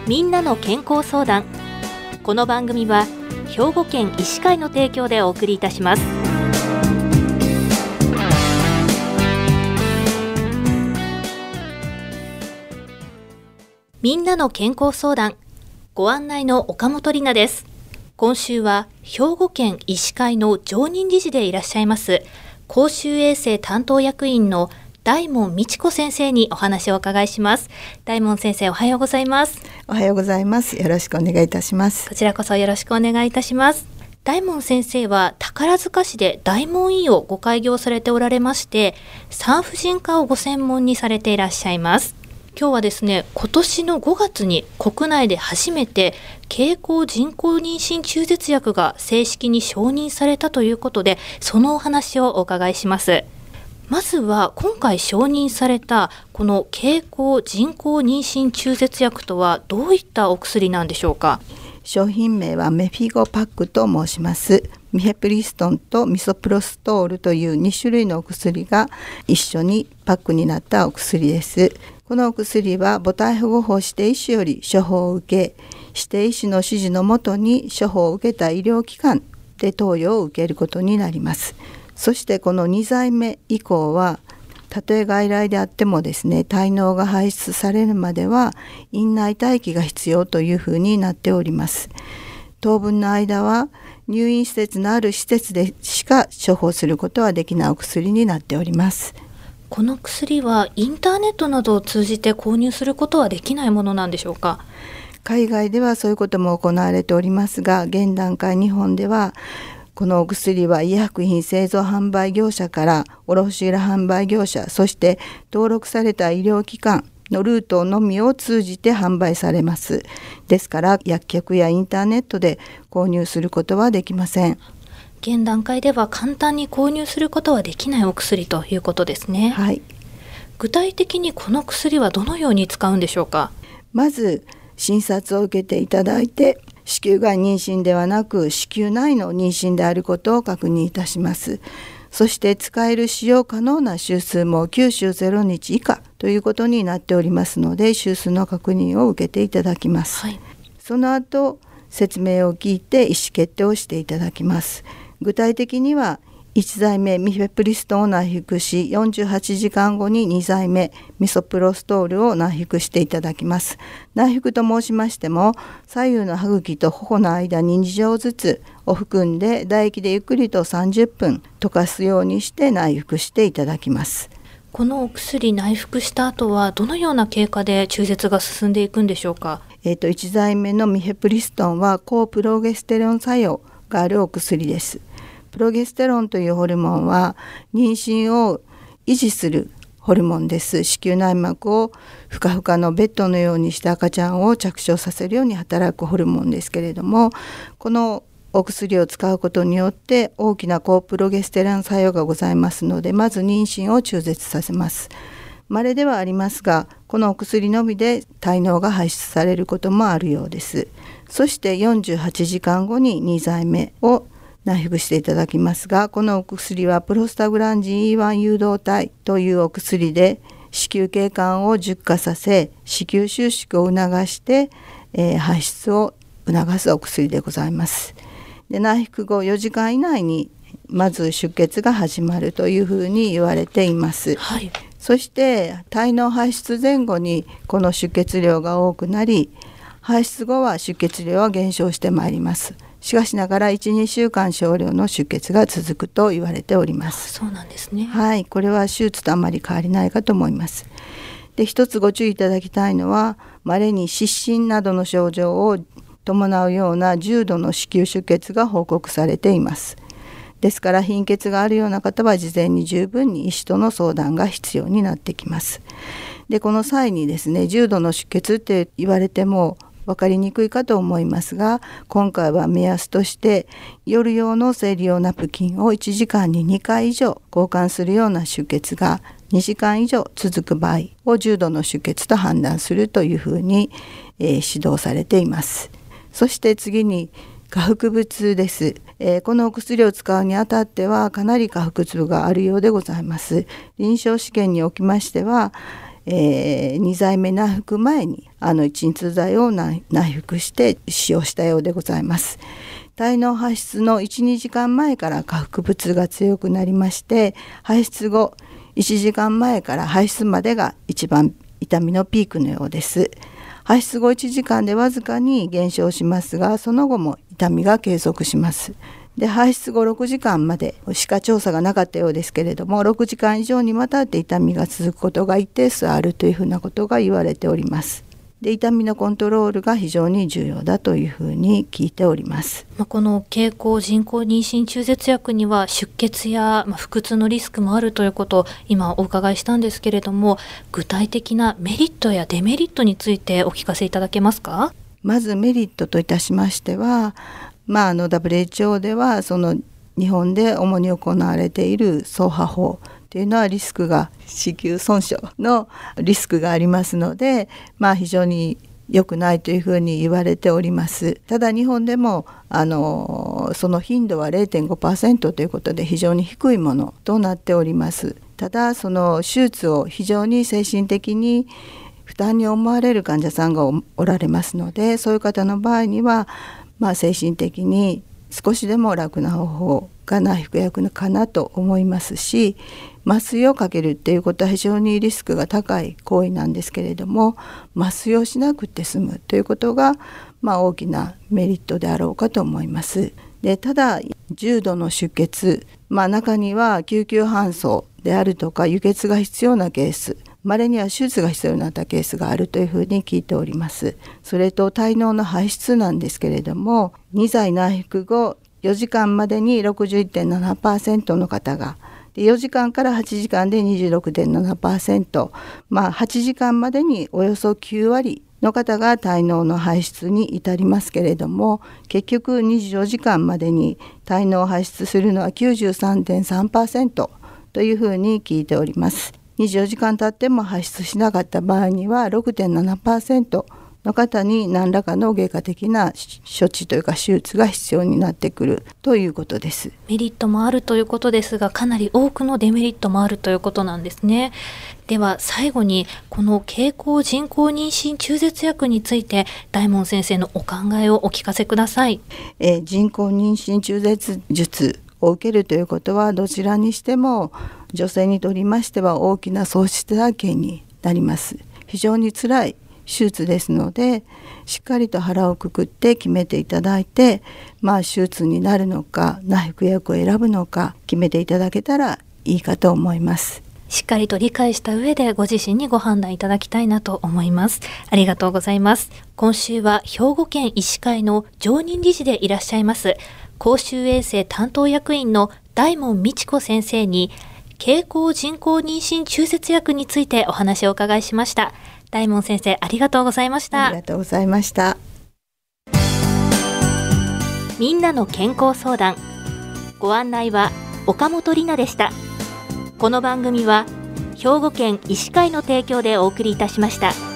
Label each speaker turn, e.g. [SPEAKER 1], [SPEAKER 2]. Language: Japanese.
[SPEAKER 1] みんなの健康相談。この番組は兵庫県医師会の提供でお送りいたします。みんなの健康相談、ご案内の岡本里奈です。今週は兵庫県医師会の常任理事でいらっしゃいます公衆衛生担当役員の大門美智子先生にお話をお伺いします。大門先生、おはようございます。
[SPEAKER 2] おはようございます。よろしくお願いいたします。
[SPEAKER 1] こちらこそよろしくお願いいたします。大門先生は宝塚市で大門医をご開業されておられまして、産婦人科をご専門にされていらっしゃいます。今日はですね、今年の5月に国内で初めて経口人工妊娠中絶薬が正式に承認されたということで、そのお話をお伺いします。まずは今回承認されたこの経口人工妊娠中絶薬とはどういったお薬なんでしょうか。
[SPEAKER 2] 商品名はメフィゴパックと申します。ミヘプリストンとミソプロストールという2種類のお薬が一緒にパックになったお薬です。このお薬は母体保護法指定医師より処方を受け、指定医師の指示のもとに処方を受けた医療機関で投与を受けることになります。そしてこの2剤目以降は、たとえ外来であってもですね、体嚢が排出されるまでは院内待機が必要というふうになっております。当分の間は入院施設のある施設でしか処方することはできないお薬になっております。
[SPEAKER 1] この薬はインターネットなどを通じて購入することはできないものなんでしょうか。
[SPEAKER 2] 海外ではそういうことも行われておりますが、現段階日本ではこのお薬は医薬品製造販売業者から卸売販売業者、そして登録された医療機関のルートのみを通じて販売されます。ですから薬局やインターネットで購入することはできません。
[SPEAKER 1] 現段階では簡単に購入することはできないお薬ということですね。
[SPEAKER 2] はい。
[SPEAKER 1] 具体的にこの薬はどのように使うんでしょうか。
[SPEAKER 2] まず診察を受けていただいて、子宮外妊娠ではなく子宮内の妊娠であることを確認いたします。そして使える使用可能な週数も9週0日以下ということになっておりますので、週数の確認を受けていただきます。
[SPEAKER 1] はい、
[SPEAKER 2] その後説明を聞いて意思決定をしていただきます。具体的には1剤目ミフェプリストンを内服し、48時間後に2剤目ミソプロストールを内服していただきます。内服と申しましても、左右の歯茎と頬の間に2錠ずつを含んで唾液でゆっくりと30分溶かすようにして内服していただきます。
[SPEAKER 1] このお薬内服した後はどのような経過で中絶が進んでいくんでしょうか。
[SPEAKER 2] 1剤目のミフェプリストンは抗プロゲステロン作用があるお薬です。プロゲステロンというホルモンは妊娠を維持するホルモンです。子宮内膜をふかふかのベッドのようにして赤ちゃんを着床させるように働くホルモンですけれども、このお薬を使うことによって大きな抗プロゲステロン作用がございますので、まず妊娠を中絶させます。稀ではありますが、このお薬のみで体嚢が排出されることもあるようです。そして48時間後に2剤目を内服していただきますが、このお薬はプロスタグランジン E1 誘導体というお薬で子宮頸管を熟化させ、子宮収縮を促して、排出を促すお薬でございます。で、内服後4時間以内にまず出血が始まるというふうに言われています。
[SPEAKER 1] はい、
[SPEAKER 2] そして体嚢排出前後にこの出血量が多くなり、排出後は出血量は減少してまいります。しかしながら 1,2 週間少量の出血が続くと言われております。
[SPEAKER 1] そうなんですね。
[SPEAKER 2] はい、これは手術とあまり変わりないかと思います。で、一つご注意いただきたいのは、稀に失神などの症状を伴うような重度の子宮出血が報告されています。ですから貧血があるような方は事前に十分に医師との相談が必要になってきます。で、この際にですね、重度の出血って言われても分かりにくいかと思いますが、今回は目安として夜用の生理用ナプキンを1時間に2回以上交換するような出血が2時間以上続く場合を重度の出血と判断するというふうに、指導されています。そして次に下腹部痛です。このお薬を使うにあたってはかなり下腹痛があるようでございます。臨床試験におきましては、 2剤目内服前に鎮痛剤を内服して使用したようでございます。体の排出の 1,2 時間前から下腹部痛が強くなりまして、排出後1時間前から排出までが一番痛みのピークのようです。排出後1時間でわずかに減少しますが、その後も痛みが継続します。で、排出後6時間までしか調査がなかったようですけれども、6時間以上にわたって痛みが続くことが一定数あるというふうなことが言われております。で、痛みのコントロールが非常に重要だというふうに聞いております。
[SPEAKER 1] この経口人工妊娠中絶薬には出血や腹痛のリスクもあるということを今お伺いしたんですけれども、具体的なメリットやデメリットについてお聞かせいただけますか？
[SPEAKER 2] まずメリットといたしましては、WHO では日本で主に行われている掻爬法というのはリスクが子宮損傷のリスクがありますので、非常に良くないというふうに言われております。ただ日本でもその頻度は 0.5% ということで非常に低いものとなっております。ただその手術を非常に精神的に負担に思われる患者さんがおられますので、そういう方の場合には、精神的に少しでも楽な方法が内服薬かなと思いますし、麻酔をかけるっていうことは非常にリスクが高い行為なんですけれども、麻酔をしなくて済むということが、大きなメリットであろうかと思います。で、ただ重度の出血、中には救急搬送であるとか輸血が必要なケース、稀には手術が必要になったケースがあるというふうに聞いております。それと体嚢の排出なんですけれども、2剤内服後4時間までに 61.7% の方が、4時間から8時間で 26.7%、8時間までにおよそ9割の方が体嚢の排出に至りますけれども、結局24時間までに体嚢を排出するのは 93.3% というふうに聞いております。24時間経っても排出しなかった場合には 6.7% の方に何らかの外科的な処置というか手術が必要になってくるということです。
[SPEAKER 1] メリットもあるということですが、かなり多くのデメリットもあるということなんですね。では最後にこの経口人工妊娠中絶薬について大門先生のお考えをお聞かせください。
[SPEAKER 2] 人工妊娠中絶術を受けるということはどちらにしても女性にとりましては大きな喪失体験になります。非常につらい手術ですので、しっかりと腹をくくって決めていただいて、手術になるのか内服薬を選ぶのか決めていただけたらいいかと思います。
[SPEAKER 1] しっかりと理解した上でご自身にご判断いただきたいなと思います。ありがとうございます。今週は兵庫県医師会の常任理事でいらっしゃいます公衆衛生担当役員の大門美智子先生に経口人工妊娠中絶薬についてお話をお伺いしました。大門先生、ありがとうございました。
[SPEAKER 2] ありがとうございました。
[SPEAKER 1] みんなの健康相談、ご案内は岡本里奈でした。この番組は兵庫県医師会の提供でお送りいたしました。